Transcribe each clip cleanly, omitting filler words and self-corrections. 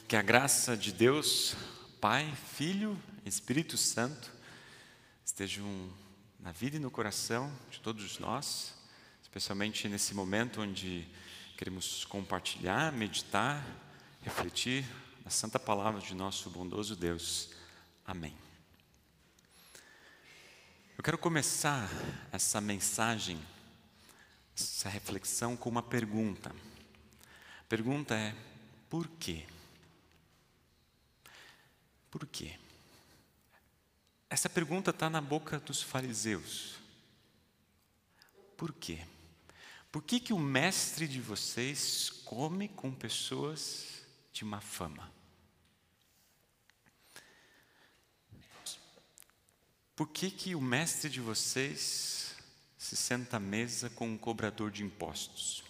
Que a graça de Deus, Pai, Filho, Espírito Santo, estejam na vida e no coração de todos nós, especialmente nesse momento onde queremos compartilhar, meditar, refletir na santa palavra de nosso bondoso Deus. Amém. Eu quero começar essa mensagem, essa reflexão com uma pergunta. A pergunta é: por quê? Por quê? Essa pergunta está na boca dos fariseus. Por quê? Por que que o mestre de vocês come com pessoas de má fama? Por que que o mestre de vocês se senta à mesa com um cobrador de impostos?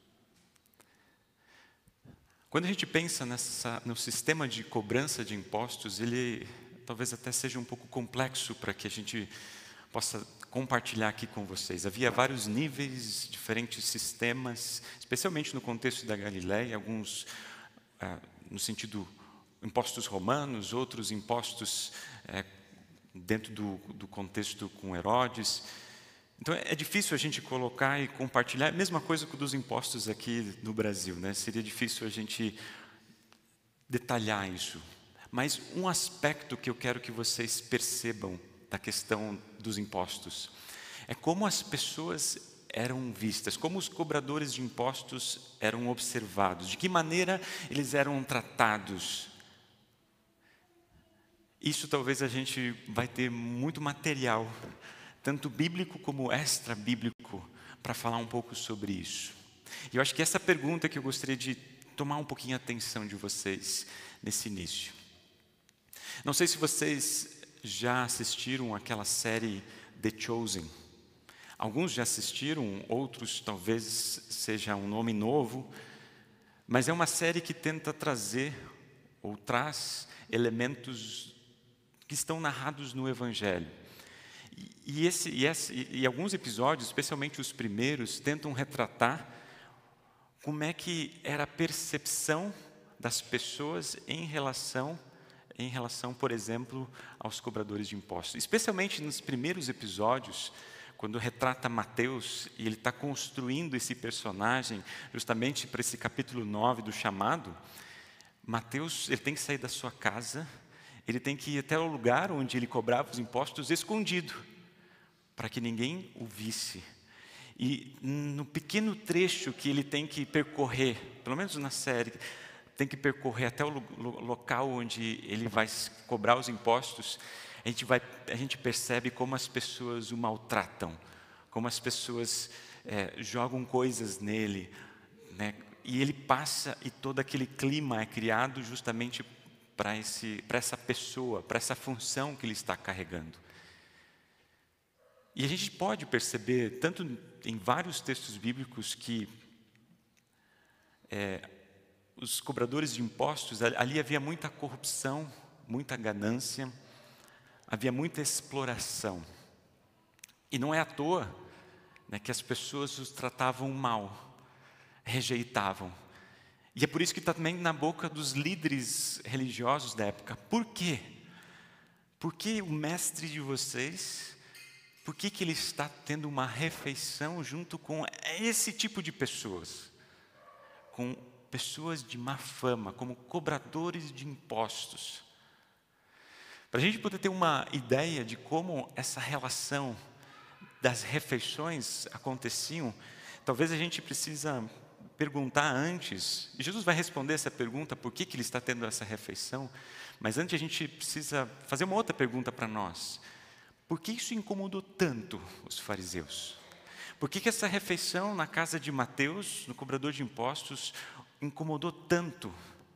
Quando a gente pensa no sistema de cobrança de impostos, ele talvez até seja um pouco complexo para que a gente possa compartilhar aqui com vocês. Havia vários níveis, diferentes sistemas, especialmente no contexto da Galileia, alguns no sentido impostos romanos, outros impostos dentro do contexto com Herodes. Então é difícil a gente colocar e compartilhar, a mesma coisa com dos impostos aqui no Brasil, né? Seria difícil a gente detalhar isso. Mas um aspecto que eu quero que vocês percebam da questão dos impostos é como as pessoas eram vistas, como os cobradores de impostos eram observados, de que maneira eles eram tratados. Isso talvez a gente vai ter muito material, tanto bíblico como extra-bíblico, para falar um pouco sobre isso. E eu acho que essa pergunta que eu gostaria de tomar um pouquinho a atenção de vocês nesse início. Não sei se vocês já assistiram aquela série The Chosen. Alguns já assistiram, outros talvez seja um nome novo, mas é uma série que tenta trazer ou traz elementos que estão narrados no Evangelho. E alguns episódios, especialmente os primeiros, tentam retratar como é que era a percepção das pessoas em relação, por exemplo, aos cobradores de impostos. Especialmente nos primeiros episódios, quando retrata Mateus, e ele está construindo esse personagem justamente para esse capítulo 9 do chamado. Mateus, ele tem que sair da sua casa, ele tem que ir até o lugar onde ele cobrava os impostos escondido, para que ninguém o visse. E no pequeno trecho que ele tem que percorrer, pelo menos na série, tem que percorrer até o local onde ele vai cobrar os impostos, a gente percebe como as pessoas o maltratam, como as pessoas jogam coisas nele, né? E ele passa e todo aquele clima é criado justamente para essa pessoa, para essa função que ele está carregando. E a gente pode perceber, tanto em vários textos bíblicos, que os cobradores de impostos, ali havia muita corrupção, muita ganância, havia muita exploração. E não é à toa, né, que as pessoas os tratavam mal, rejeitavam. E é por isso que está também na boca dos líderes religiosos da época. Por quê? Por que o mestre de vocês, por que ele está tendo uma refeição junto com esse tipo de pessoas? Com pessoas de má fama, como cobradores de impostos. Para a gente poder ter uma ideia de como essa relação das refeições aconteciam, talvez a gente precisa perguntar antes, e Jesus vai responder essa pergunta, por que ele está tendo essa refeição, mas antes a gente precisa fazer uma outra pergunta para nós. Por que isso incomodou tanto os fariseus? Por que essa refeição na casa de Mateus, no cobrador de impostos, incomodou tanto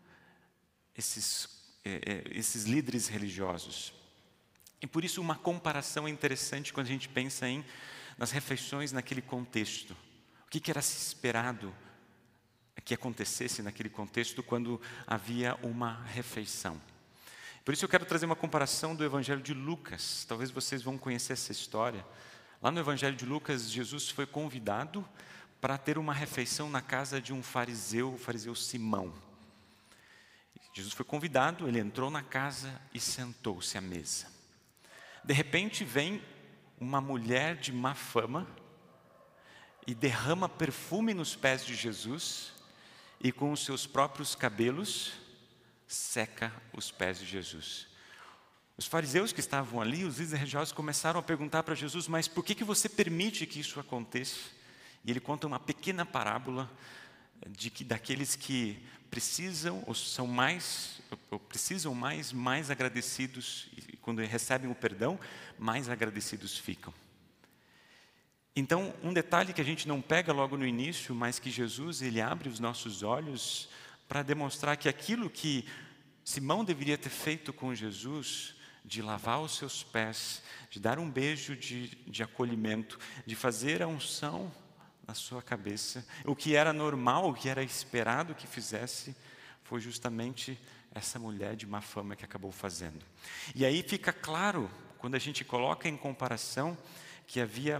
esses líderes religiosos? E por isso uma comparação interessante quando a gente pensa nas refeições naquele contexto. O que era se esperado que acontecesse naquele contexto quando havia uma refeição? Por isso eu quero trazer uma comparação do Evangelho de Lucas. Talvez vocês vão conhecer essa história. Lá no Evangelho de Lucas, Jesus foi convidado para ter uma refeição na casa de um fariseu, o fariseu Simão. Jesus foi convidado, ele entrou na casa e sentou-se à mesa. De repente vem uma mulher de má fama e derrama perfume nos pés de Jesus e com os seus próprios cabelos seca os pés de Jesus. Os fariseus que estavam ali, os líderes religiosos, começaram a perguntar para Jesus: mas por que você permite que isso aconteça? E ele conta uma pequena parábola daqueles que precisam ou são mais agradecidos, e quando recebem o perdão, mais agradecidos ficam. Então, um detalhe que a gente não pega logo no início, mas que Jesus ele abre os nossos olhos para demonstrar que aquilo que Simão deveria ter feito com Jesus, de lavar os seus pés, de dar um beijo de acolhimento, de fazer a unção na sua cabeça, o que era normal, o que era esperado que fizesse, foi justamente essa mulher de má fama que acabou fazendo. E aí fica claro, quando a gente coloca em comparação, que havia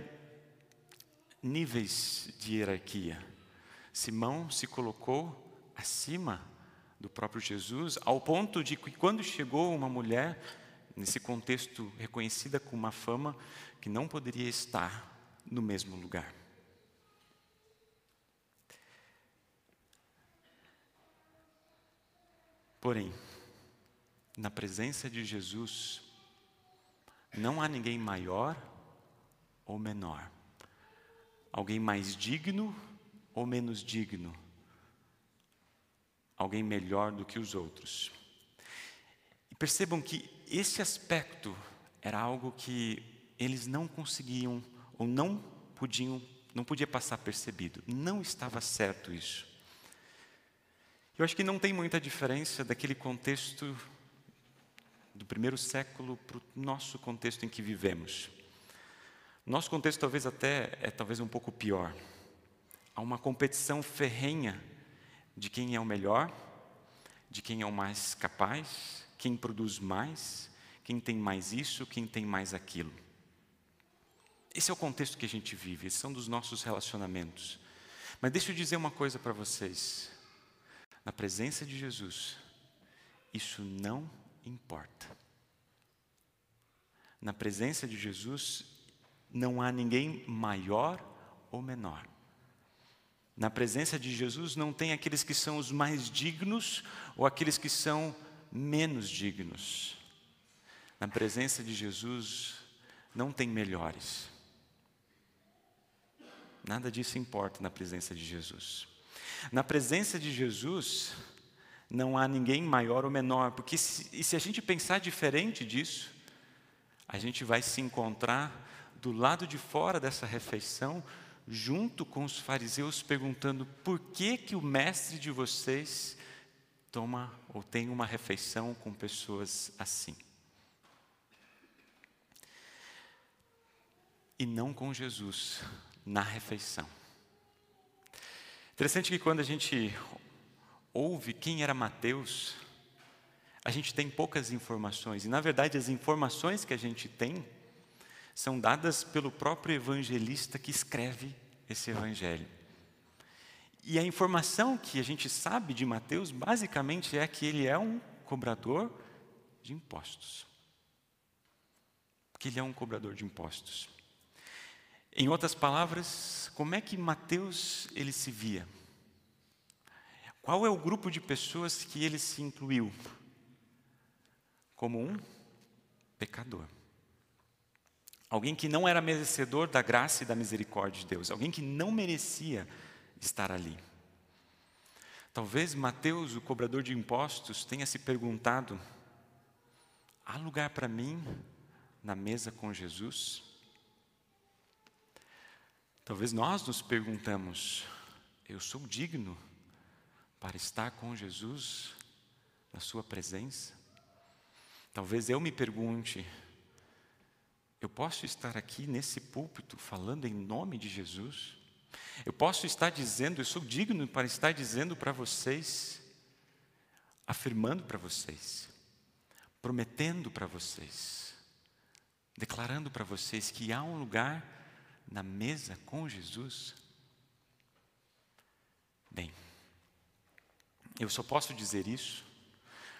níveis de hierarquia. Simão se colocou acima do próprio Jesus, ao ponto de que quando chegou uma mulher, nesse contexto reconhecida com uma fama, que não poderia estar no mesmo lugar. Porém, na presença de Jesus, não há ninguém maior ou menor, alguém mais digno ou menos digno, alguém melhor do que os outros. E percebam que esse aspecto era algo que eles não conseguiam ou não podia passar percebido. Não estava certo isso. Eu acho que não tem muita diferença daquele contexto do primeiro século para o nosso contexto em que vivemos. Nosso contexto talvez talvez um pouco pior. Há uma competição ferrenha de quem é o melhor, de quem é o mais capaz, quem produz mais, quem tem mais isso, quem tem mais aquilo. Esse é o contexto que a gente vive, esses são dos nossos relacionamentos. Mas deixa eu dizer uma coisa para vocês. Na presença de Jesus, isso não importa. Na presença de Jesus, não há ninguém maior ou menor. Na presença de Jesus não tem aqueles que são os mais dignos ou aqueles que são menos dignos. Na presença de Jesus não tem melhores. Nada disso importa na presença de Jesus. Na presença de Jesus não há ninguém maior ou menor, porque se a gente pensar diferente disso, a gente vai se encontrar do lado de fora dessa refeição, junto com os fariseus, perguntando por que o mestre de vocês toma ou tem uma refeição com pessoas assim. E não com Jesus na refeição. Interessante que quando a gente ouve quem era Mateus, a gente tem poucas informações. E na verdade as informações que a gente tem são dadas pelo próprio evangelista que escreve esse evangelho. E a informação que a gente sabe de Mateus, basicamente, é que ele é um cobrador de impostos. Que ele é um cobrador de impostos. Em outras palavras, como é que Mateus ele se via? Qual é o grupo de pessoas que ele se incluiu? Como um pecador. Alguém que não era merecedor da graça e da misericórdia de Deus. Alguém que não merecia estar ali. Talvez Mateus, o cobrador de impostos, tenha se perguntado: há lugar para mim na mesa com Jesus? Talvez nós nos perguntamos: eu sou digno para estar com Jesus na sua presença? Talvez eu me pergunte: eu posso estar aqui nesse púlpito falando em nome de Jesus? Eu posso estar dizendo, eu sou digno para estar dizendo para vocês, afirmando para vocês, prometendo para vocês, declarando para vocês que há um lugar na mesa com Jesus? Bem, eu só posso dizer isso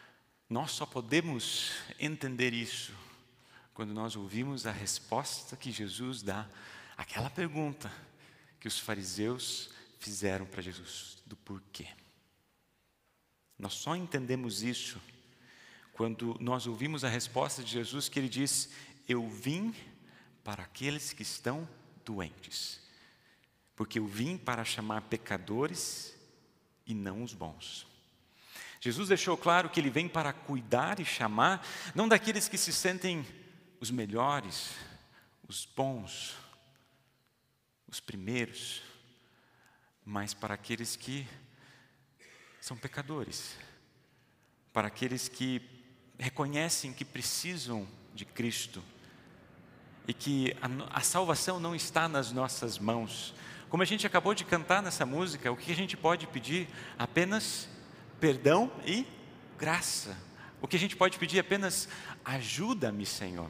Nós só podemos entender isso quando nós ouvimos a resposta que Jesus dá àquela pergunta que os fariseus fizeram para Jesus, do porquê. Nós só entendemos isso quando nós ouvimos a resposta de Jesus, que ele diz: eu vim para aqueles que estão doentes, porque eu vim para chamar pecadores e não os bons. Jesus deixou claro que ele vem para cuidar e chamar, não daqueles que se sentem os melhores, os bons, os primeiros, mas para aqueles que são pecadores, para aqueles que reconhecem que precisam de Cristo e que a salvação não está nas nossas mãos. Como a gente acabou de cantar nessa música, o que a gente pode pedir? Apenas perdão e graça. O que a gente pode pedir é apenas: ajuda-me, Senhor.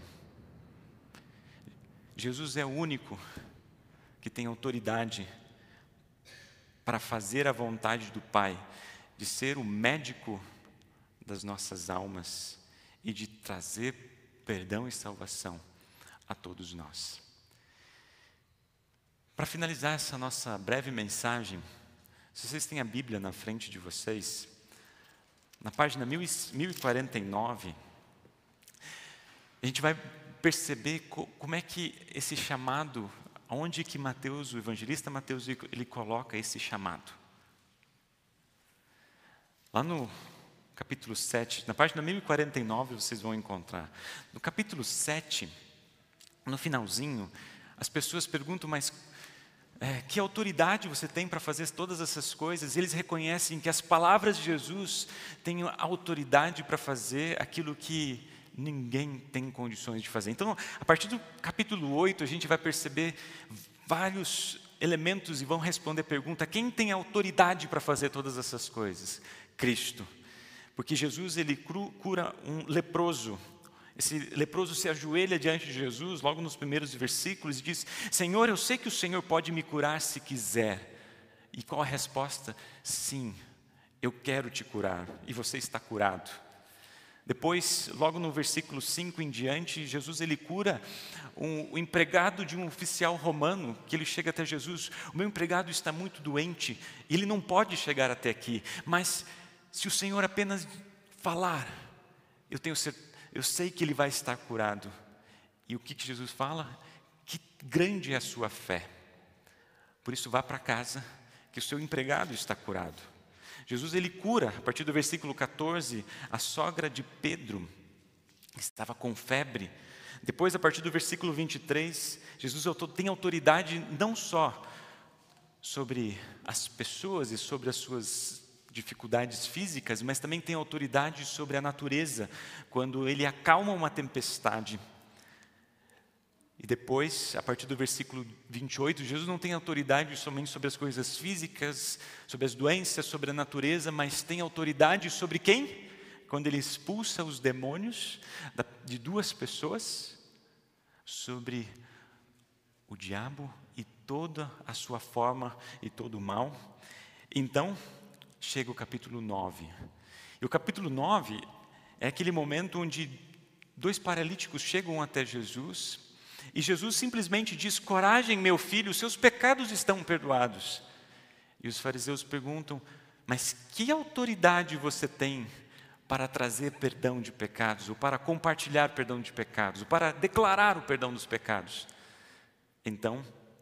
Jesus é o único que tem autoridade para fazer a vontade do Pai, de ser o médico das nossas almas e de trazer perdão e salvação a todos nós. Para finalizar essa nossa breve mensagem, se vocês têm a Bíblia na frente de vocês, na página 1049, a gente vai perceber como é que esse chamado, onde que Mateus, o evangelista Mateus, ele coloca esse chamado. Lá no capítulo 7, na página 1049 vocês vão encontrar. No capítulo 7, no finalzinho, as pessoas perguntam: mas que autoridade você tem para fazer todas essas coisas? E eles reconhecem que as palavras de Jesus têm autoridade para fazer aquilo que ninguém tem condições de fazer. Então, a partir do capítulo 8, a gente vai perceber vários elementos e vão responder a pergunta: quem tem autoridade para fazer todas essas coisas? Cristo. Porque Jesus, ele cura um leproso. Esse leproso se ajoelha diante de Jesus, logo nos primeiros versículos, e diz: Senhor, eu sei que o Senhor pode me curar se quiser. E qual a resposta? Sim, eu quero te curar, e você está curado. Depois, logo no versículo 5 em diante, Jesus ele cura o empregado de um oficial romano, que ele chega até Jesus: o meu empregado está muito doente, ele não pode chegar até aqui, mas se o Senhor apenas falar, eu sei que ele vai estar curado. E o que Jesus fala? Que grande é a sua fé. Por isso vá para casa, que o seu empregado está curado. Jesus ele cura, a partir do versículo 14, a sogra de Pedro, que estava com febre. Depois, a partir do versículo 23, Jesus tem autoridade não só sobre as pessoas e sobre as suas dificuldades físicas, mas também tem autoridade sobre a natureza, quando ele acalma uma tempestade. E depois, a partir do versículo 28, Jesus não tem autoridade somente sobre as coisas físicas, sobre as doenças, sobre a natureza, mas tem autoridade sobre quem? Quando ele expulsa os demônios de duas pessoas, sobre o diabo e toda a sua forma e todo o mal. Então, chega o capítulo 9. E o capítulo 9 é aquele momento onde dois paralíticos chegam até Jesus, e Jesus simplesmente diz: coragem, meu filho, seus pecados estão perdoados. E os fariseus perguntam: mas que autoridade você tem para trazer perdão de pecados, ou para compartilhar perdão de pecados, ou para declarar o perdão dos pecados? Então,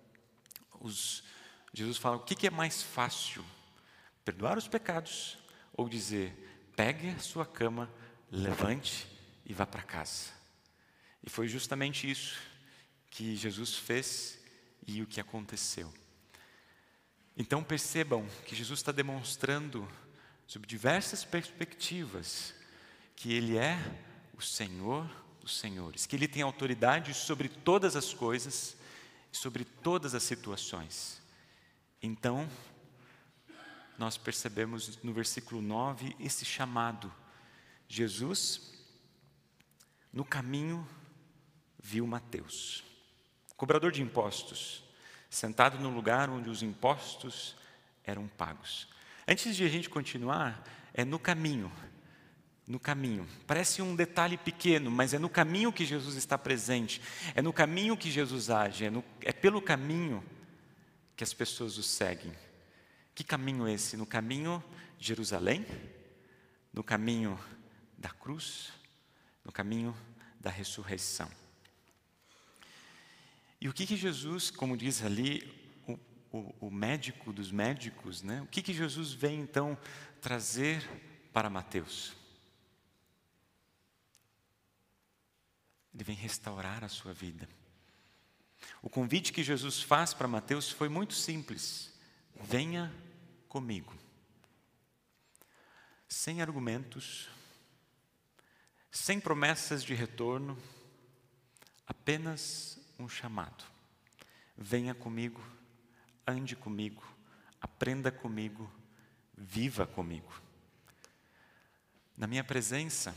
Jesus fala: o que é mais fácil? Perdoar os pecados ou dizer: pegue a sua cama, levante e vá para casa? E foi justamente isso que Jesus fez e o que aconteceu. Então percebam que Jesus está demonstrando, sob diversas perspectivas, que Ele é o Senhor dos senhores, que Ele tem autoridade sobre todas as coisas, sobre todas as situações. Então, nós percebemos no versículo 9 esse chamado. Jesus, no caminho, viu Mateus, cobrador de impostos, sentado no lugar onde os impostos eram pagos. Antes de a gente continuar, no caminho. no caminho. Parece um detalhe pequeno, mas é no caminho que Jesus está presente. É no caminho que Jesus age. É pelo caminho que as pessoas o seguem. Que caminho é esse? No caminho de Jerusalém? No caminho da cruz? No caminho da ressurreição? E o que Jesus, como diz ali, o médico dos médicos, né? O que Jesus vem então trazer para Mateus? Ele vem restaurar a sua vida. O convite que Jesus faz para Mateus foi muito simples: venha comigo. Sem argumentos, sem promessas de retorno, apenas um chamado. Venha comigo, ande comigo, aprenda comigo, viva comigo. Na minha presença,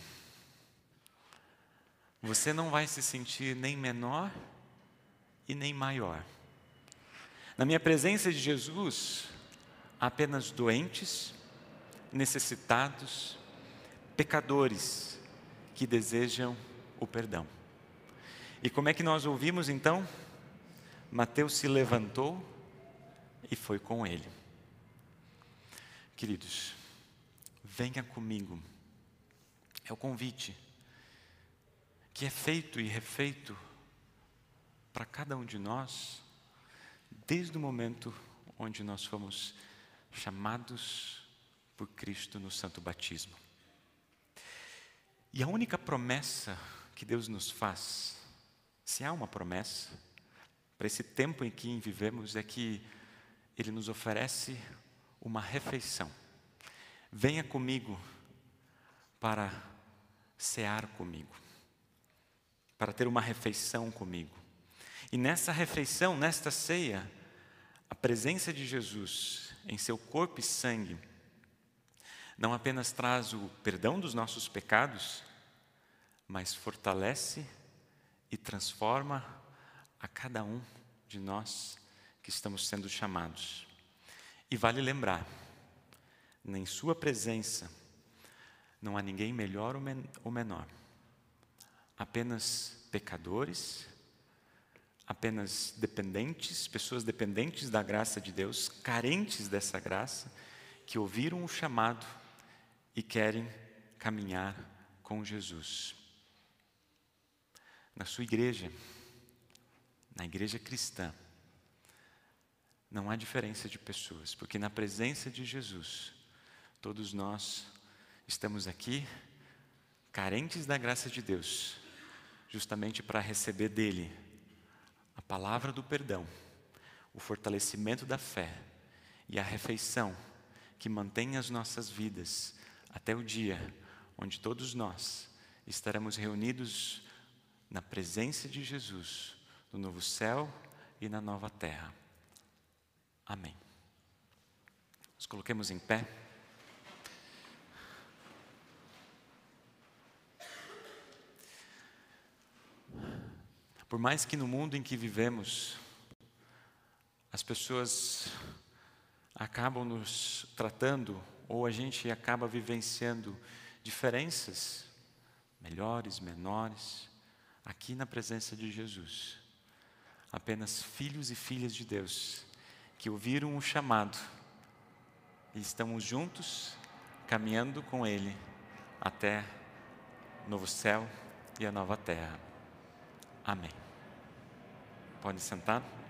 você não vai se sentir nem menor e nem maior. Na minha presença de Jesus, há apenas doentes, necessitados, pecadores que desejam o perdão. E como é que nós ouvimos então? Mateus se levantou e foi com ele. Queridos, venha comigo. É o convite que é feito e refeito para cada um de nós, desde o momento onde nós fomos chamados por Cristo no santo batismo. E a única promessa que Deus nos faz, se há uma promessa, para esse tempo em que vivemos, é que Ele nos oferece uma refeição. Venha comigo para cear comigo, para ter uma refeição comigo. E nessa refeição, nesta ceia, a presença de Jesus em seu corpo e sangue não apenas traz o perdão dos nossos pecados, mas fortalece e transforma a cada um de nós que estamos sendo chamados. E vale lembrar, em sua presença não há ninguém melhor ou menor, apenas pecadores, apenas dependentes, pessoas dependentes da graça de Deus, carentes dessa graça, que ouviram o chamado e querem caminhar com Jesus. Na sua igreja, na igreja cristã, não há diferença de pessoas, porque na presença de Jesus, todos nós estamos aqui, carentes da graça de Deus, justamente para receber dele a palavra do perdão, o fortalecimento da fé e a refeição que mantém as nossas vidas até o dia onde todos nós estaremos reunidos na presença de Jesus, no novo céu e na nova terra. Amém. Nos coloquemos em pé. Por mais que no mundo em que vivemos, as pessoas acabam nos tratando, ou a gente acaba vivenciando diferenças, melhores, menores, aqui na presença de Jesus, apenas filhos e filhas de Deus, que ouviram o chamado, e estamos juntos, caminhando com Ele, até o novo céu e a nova terra. Amém. Pode sentar.